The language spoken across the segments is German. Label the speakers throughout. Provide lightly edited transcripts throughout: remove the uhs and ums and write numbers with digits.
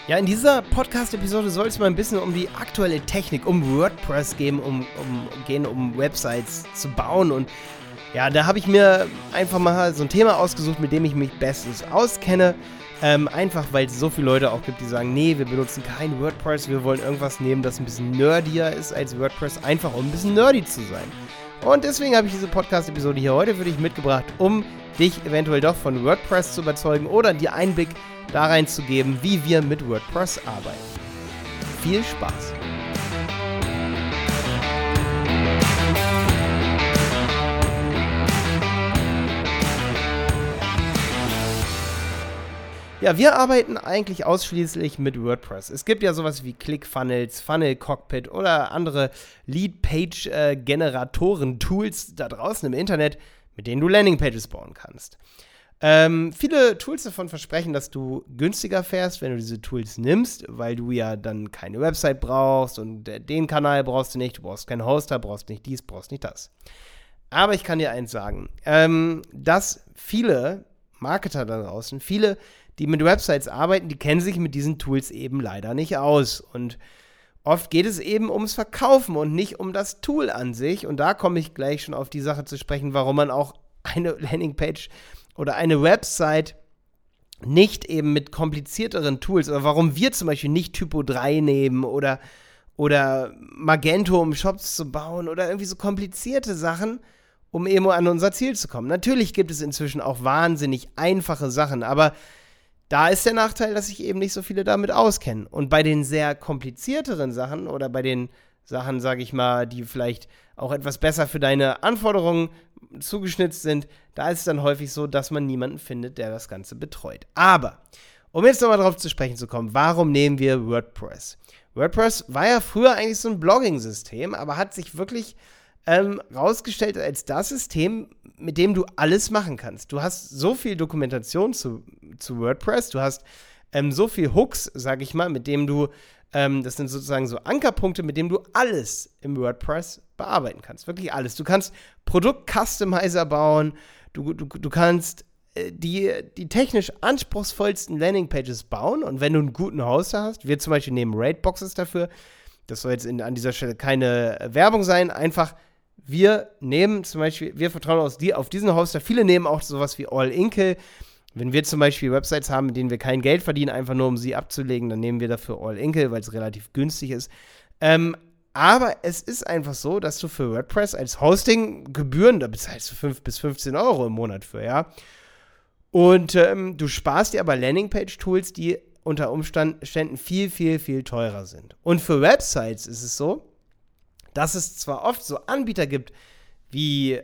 Speaker 1: Ja, in dieser Podcast-Episode soll es mal ein bisschen um die aktuelle Technik, um WordPress gehen, um Websites zu bauen. Und ja, da habe ich mir einfach mal so ein Thema ausgesucht, mit dem ich mich bestens auskenne. Einfach, weil es so viele Leute auch gibt, die sagen, nee, wir benutzen kein WordPress, wir wollen irgendwas nehmen, das ein bisschen nerdier ist als WordPress, einfach um ein bisschen nerdy zu sein. Und deswegen habe ich diese Podcast-Episode hier heute für dich mitgebracht, um dich eventuell doch von WordPress zu überzeugen oder dir Einblick da reinzugeben, wie wir mit WordPress arbeiten. Viel Spaß! Ja, wir arbeiten eigentlich ausschließlich mit WordPress. Es gibt ja sowas wie ClickFunnels, Funnel Cockpit oder andere Lead-Page-Generatoren-Tools da draußen im Internet, mit denen du Landingpages bauen kannst. Viele Tools davon versprechen, dass du günstiger fährst, wenn du diese Tools nimmst, weil du ja dann keine Website brauchst und den Kanal brauchst du nicht, du brauchst keinen Hoster, brauchst nicht dies, brauchst nicht das. Aber ich kann dir eins sagen, dass viele Marketer da draußen, viele, die mit Websites arbeiten, die kennen sich mit diesen Tools eben leider nicht aus. Und oft geht es eben ums Verkaufen und nicht um das Tool an sich. Und da komme ich gleich schon auf die Sache zu sprechen, warum man auch eine Landingpage oder eine Website nicht eben mit komplizierteren Tools, oder warum wir zum Beispiel nicht Typo 3 nehmen oder Magento, um Shops zu bauen oder irgendwie so komplizierte Sachen, um eben an unser Ziel zu kommen. Natürlich gibt es inzwischen auch wahnsinnig einfache Sachen, aber da ist der Nachteil, dass sich eben nicht so viele damit auskennen. Und bei den sehr komplizierteren Sachen oder bei den Sachen, sage ich mal, die vielleicht auch etwas besser für deine Anforderungen zugeschnitzt sind, da ist es dann häufig so, dass man niemanden findet, der das Ganze betreut. Aber, um jetzt nochmal drauf zu sprechen zu kommen, warum nehmen wir WordPress? WordPress war ja früher eigentlich so ein Blogging-System, aber hat sich wirklich rausgestellt als das System, mit dem du alles machen kannst. Du hast so viel Dokumentation zu WordPress, du hast so viel Hooks, sag ich mal, mit dem du, das sind sozusagen so Ankerpunkte, mit dem du alles im WordPress bearbeiten kannst. Wirklich alles. Du kannst Produkt-Customizer bauen, du kannst die technisch anspruchsvollsten Landingpages bauen, und wenn du einen guten Hoster hast, wir zum Beispiel nehmen Raidboxes dafür, das soll jetzt an dieser Stelle keine Werbung sein, einfach wir nehmen zum Beispiel, wir vertrauen auf diesen Hoster. Viele nehmen auch sowas wie All-Inkle. Wenn wir zum Beispiel Websites haben, mit denen wir kein Geld verdienen, einfach nur um sie abzulegen, dann nehmen wir dafür All-Inkle, weil es relativ günstig ist. Aber es ist einfach so, dass du für WordPress als Hosting Gebühren, da bezahlst du 5 bis 15 Euro im Monat für, ja. Und du sparst dir aber Landingpage-Tools, die unter Umständen viel, viel, viel teurer sind. Und für Websites ist es so, dass es zwar oft so Anbieter gibt, wie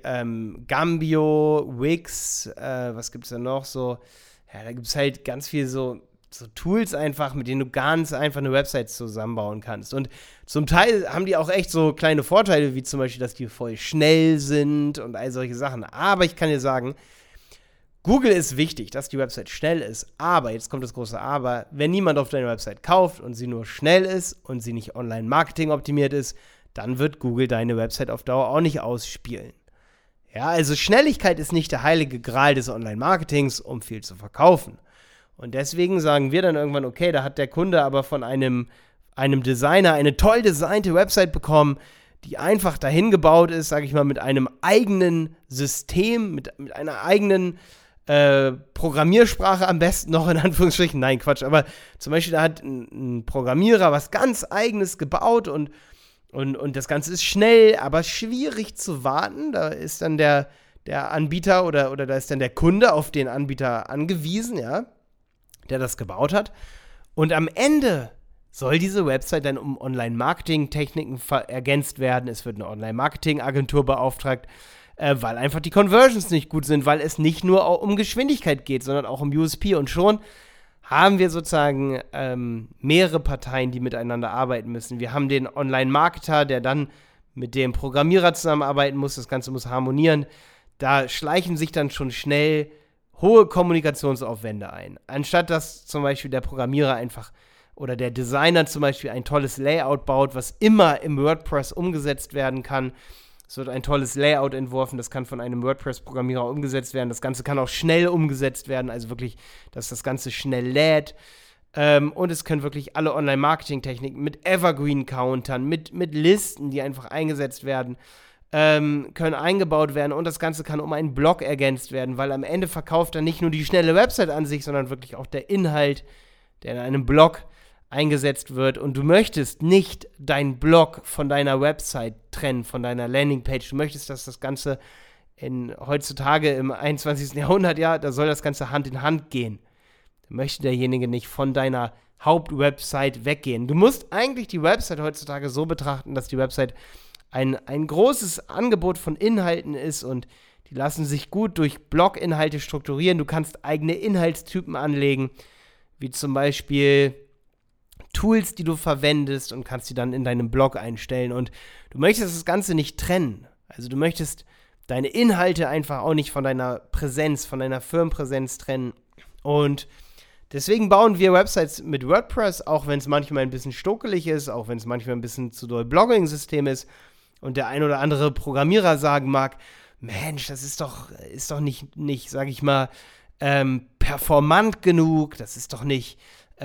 Speaker 1: Gambio, Wix, was gibt es da noch so? Ja, da gibt es halt ganz viel so Tools einfach, mit denen du ganz einfach eine Website zusammenbauen kannst. Und zum Teil haben die auch echt so kleine Vorteile, wie zum Beispiel, dass die voll schnell sind und all solche Sachen. Aber ich kann dir sagen, Google ist wichtig, dass die Website schnell ist, aber, jetzt kommt das große Aber, wenn niemand auf deine Website kauft und sie nur schnell ist und sie nicht Online-Marketing optimiert ist, dann wird Google deine Website auf Dauer auch nicht ausspielen. Ja, also Schnelligkeit ist nicht der heilige Gral des Online-Marketings, um viel zu verkaufen. Und deswegen sagen wir dann irgendwann, okay, da hat der Kunde aber von einem Designer eine toll designte Website bekommen, die einfach dahin gebaut ist, sage ich mal, mit einem eigenen System, mit einer eigenen Programmiersprache am besten noch, in Anführungsstrichen. Nein, Quatsch, aber zum Beispiel da hat ein Programmierer was ganz Eigenes gebaut und das Ganze ist schnell, aber schwierig zu warten. Da ist dann der Anbieter oder da ist dann der Kunde auf den Anbieter angewiesen, ja, der das gebaut hat. Und am Ende soll diese Website dann um Online-Marketing-Techniken ergänzt werden. Es wird eine Online-Marketing-Agentur beauftragt, weil einfach die Conversions nicht gut sind, weil es nicht nur um Geschwindigkeit geht, sondern auch um USP. Und schon haben wir sozusagen mehrere Parteien, die miteinander arbeiten müssen. Wir haben den Online-Marketer, der dann mit dem Programmierer zusammenarbeiten muss. Das Ganze muss harmonieren. Da schleichen sich dann schon schnell hohe Kommunikationsaufwände ein. Anstatt dass zum Beispiel der Programmierer einfach oder der Designer zum Beispiel ein tolles Layout baut, was immer im WordPress umgesetzt werden kann. Es wird ein tolles Layout entworfen, das kann von einem WordPress-Programmierer umgesetzt werden. Das Ganze kann auch schnell umgesetzt werden, also wirklich, dass das Ganze schnell lädt. Und es können wirklich alle Online-Marketing-Techniken mit Evergreen-Countern, mit Listen, die einfach eingesetzt werden, können eingebaut werden. Und das Ganze kann um einen Blog ergänzt werden, weil am Ende verkauft dann nicht nur die schnelle Website an sich, sondern wirklich auch der Inhalt, der in einem Blog eingesetzt wird. Und du möchtest nicht deinen Blog von deiner Website trennen, von deiner Landingpage. Du möchtest, dass das Ganze heutzutage im 21. Jahrhundert, ja, da soll das Ganze Hand in Hand gehen. Da möchte derjenige nicht von deiner Hauptwebsite weggehen. Du musst eigentlich die Website heutzutage so betrachten, dass die Website ein großes Angebot von Inhalten ist und die lassen sich gut durch Blog-Inhalte strukturieren. Du kannst eigene Inhaltstypen anlegen, wie zum Beispiel Tools, die du verwendest und kannst die dann in deinem Blog einstellen. Und du möchtest das Ganze nicht trennen. Also du möchtest deine Inhalte einfach auch nicht von deiner Präsenz, von deiner Firmenpräsenz trennen. Und deswegen bauen wir Websites mit WordPress, auch wenn es manchmal ein bisschen stokelig ist, auch wenn es manchmal ein bisschen zu doll Blogging-System ist und der ein oder andere Programmierer sagen mag, Mensch, das ist doch nicht, sag ich mal, performant genug, das ist doch nicht,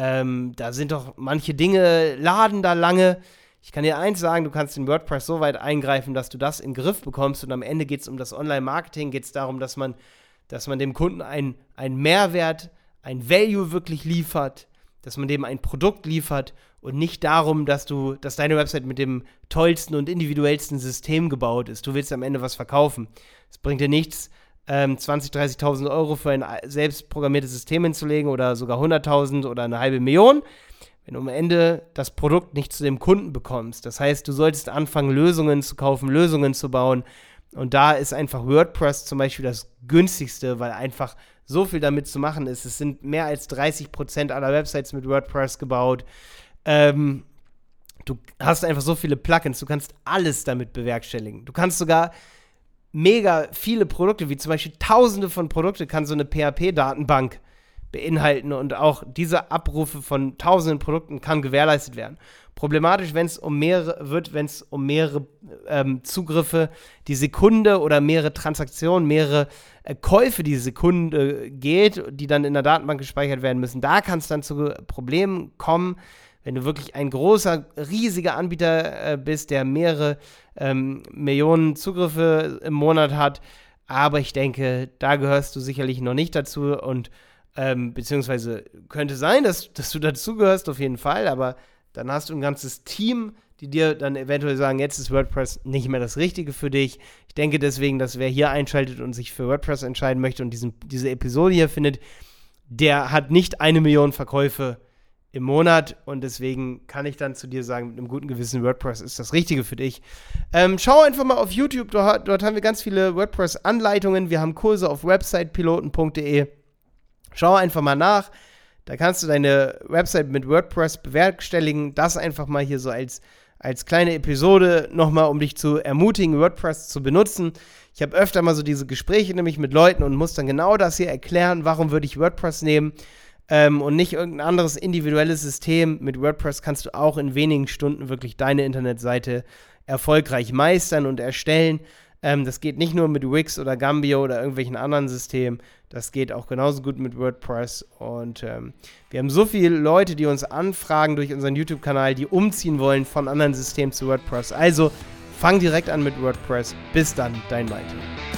Speaker 1: da sind doch manche Dinge, laden da lange. Ich kann dir eins sagen, du kannst in WordPress so weit eingreifen, dass du das in den Griff bekommst und am Ende geht es um das Online-Marketing, geht es darum, dass man dem Kunden einen Mehrwert, ein Value wirklich liefert, dass man dem ein Produkt liefert und nicht darum, dass deine Website mit dem tollsten und individuellsten System gebaut ist. Du willst am Ende was verkaufen. Es bringt dir nichts, 20.000, 30.000 Euro für ein selbst programmiertes System hinzulegen oder sogar 100.000 oder eine halbe Million, wenn du am Ende das Produkt nicht zu dem Kunden bekommst. Das heißt, du solltest anfangen, Lösungen zu kaufen, Lösungen zu bauen. Und da ist einfach WordPress zum Beispiel das günstigste, weil einfach so viel damit zu machen ist. Es sind mehr als 30% aller Websites mit WordPress gebaut. Du hast einfach so viele Plugins, du kannst alles damit bewerkstelligen. Du kannst sogar mega viele Produkte, wie zum Beispiel tausende von Produkten, kann so eine PHP-Datenbank beinhalten und auch diese Abrufe von tausenden Produkten kann gewährleistet werden. Problematisch, wenn es um mehrere Zugriffe die Sekunde oder mehrere Transaktionen, mehrere Käufe die Sekunde geht, die dann in der Datenbank gespeichert werden müssen. Da kann es dann zu Problemen kommen, wenn du wirklich ein großer, riesiger Anbieter bist, der mehrere Millionen Zugriffe im Monat hat. Aber ich denke, da gehörst du sicherlich noch nicht dazu und beziehungsweise könnte sein, dass du dazugehörst, auf jeden Fall, aber dann hast du ein ganzes Team, die dir dann eventuell sagen, jetzt ist WordPress nicht mehr das Richtige für dich. Ich denke deswegen, dass wer hier einschaltet und sich für WordPress entscheiden möchte und diese Episode hier findet, der hat nicht 1 Million Verkäufe im Monat und deswegen kann ich dann zu dir sagen, mit einem guten Gewissen, WordPress ist das Richtige für dich. Schau einfach mal auf YouTube, dort haben wir ganz viele WordPress-Anleitungen, wir haben Kurse auf websitepiloten.de. Schau einfach mal nach, da kannst du deine Website mit WordPress bewerkstelligen. Das einfach mal hier so als kleine Episode nochmal, um dich zu ermutigen, WordPress zu benutzen. Ich habe öfter mal so diese Gespräche nämlich mit Leuten und muss dann genau das hier erklären, warum würde ich WordPress nehmen und nicht irgendein anderes individuelles System. Mit WordPress kannst du auch in wenigen Stunden wirklich deine Internetseite erfolgreich meistern und erstellen. Das geht nicht nur mit Wix oder Gambio oder irgendwelchen anderen Systemen, das geht auch genauso gut mit WordPress und wir haben so viele Leute, die uns anfragen durch unseren YouTube-Kanal, die umziehen wollen von anderen Systemen zu WordPress. Also fang direkt an mit WordPress. Bis dann, dein Malte.